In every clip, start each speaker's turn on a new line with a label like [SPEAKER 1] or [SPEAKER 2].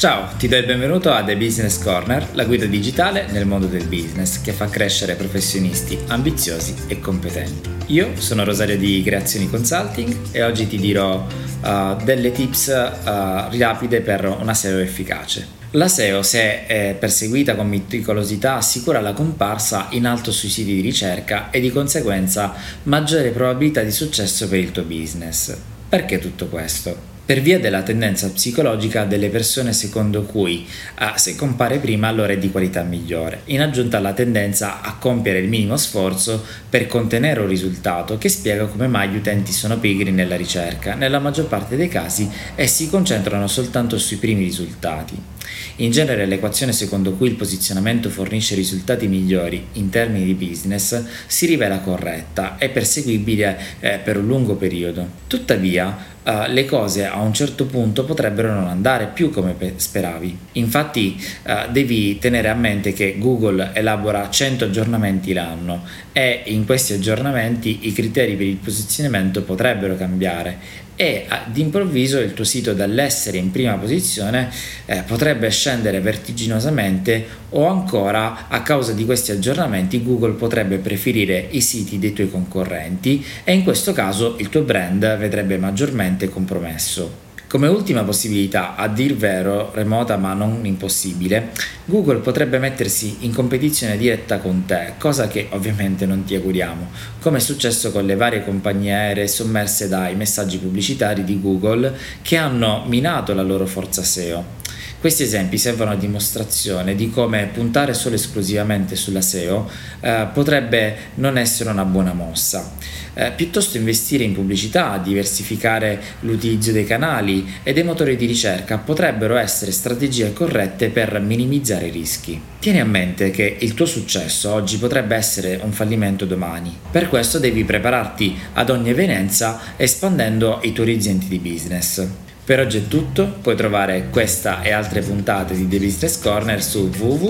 [SPEAKER 1] Ciao, ti do il benvenuto a The Business Corner, la guida digitale nel mondo del business che fa crescere professionisti ambiziosi e competenti. Io sono Rosario di Creazioni Consulting e oggi ti dirò delle tips rapide per una SEO efficace. La SEO, se è perseguita con meticolosità, assicura la comparsa in alto sui siti di ricerca e di conseguenza maggiore probabilità di successo per il tuo business. Perché tutto questo? Per via della tendenza psicologica delle persone secondo cui se compare prima allora è di qualità migliore, in aggiunta alla tendenza a compiere il minimo sforzo per contenere un risultato che spiega come mai gli utenti sono pigri nella ricerca. Nella maggior parte dei casi essi si concentrano soltanto sui primi risultati. In genere l'equazione secondo cui il posizionamento fornisce risultati migliori in termini di business si rivela corretta e perseguibile per un lungo periodo. Tuttavia, le cose a un certo punto potrebbero non andare più come speravi. Infatti devi tenere a mente che Google elabora 100 aggiornamenti l'anno e in questi aggiornamenti i criteri per il posizionamento potrebbero cambiare e d'improvviso il tuo sito dall'essere in prima posizione potrebbe scendere vertiginosamente, o ancora a causa di questi aggiornamenti Google potrebbe preferire i siti dei tuoi concorrenti e in questo caso il tuo brand vedrebbe maggiormente compromesso. Come ultima possibilità, a dir vero remota ma non impossibile, Google potrebbe mettersi in competizione diretta con te, cosa che ovviamente non ti auguriamo, come è successo con le varie compagnie aeree sommerse dai messaggi pubblicitari di Google che hanno minato la loro forza SEO. Questi esempi servono a dimostrazione di come puntare solo esclusivamente sulla SEO potrebbe non essere una buona mossa. Piuttosto investire in pubblicità, diversificare l'utilizzo dei canali e dei motori di ricerca potrebbero essere strategie corrette per minimizzare i rischi. Tieni a mente che il tuo successo oggi potrebbe essere un fallimento domani. Per questo devi prepararti ad ogni evenienza espandendo i tuoi orizzonti di business. Per oggi è tutto, puoi trovare questa e altre puntate di The Business Corner su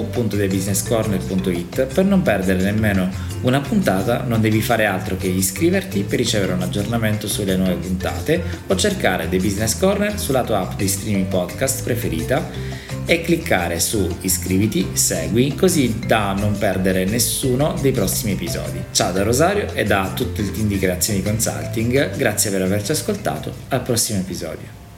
[SPEAKER 1] www.thebusinesscorner.it. Per non perdere nemmeno una puntata non devi fare altro che iscriverti per ricevere un aggiornamento sulle nuove puntate o cercare The Business Corner sulla tua app di streaming podcast preferita e cliccare su iscriviti, segui, così da non perdere nessuno dei prossimi episodi. Ciao da Rosario e da tutto il team di Creazioni Consulting, grazie per averci ascoltato, al prossimo episodio.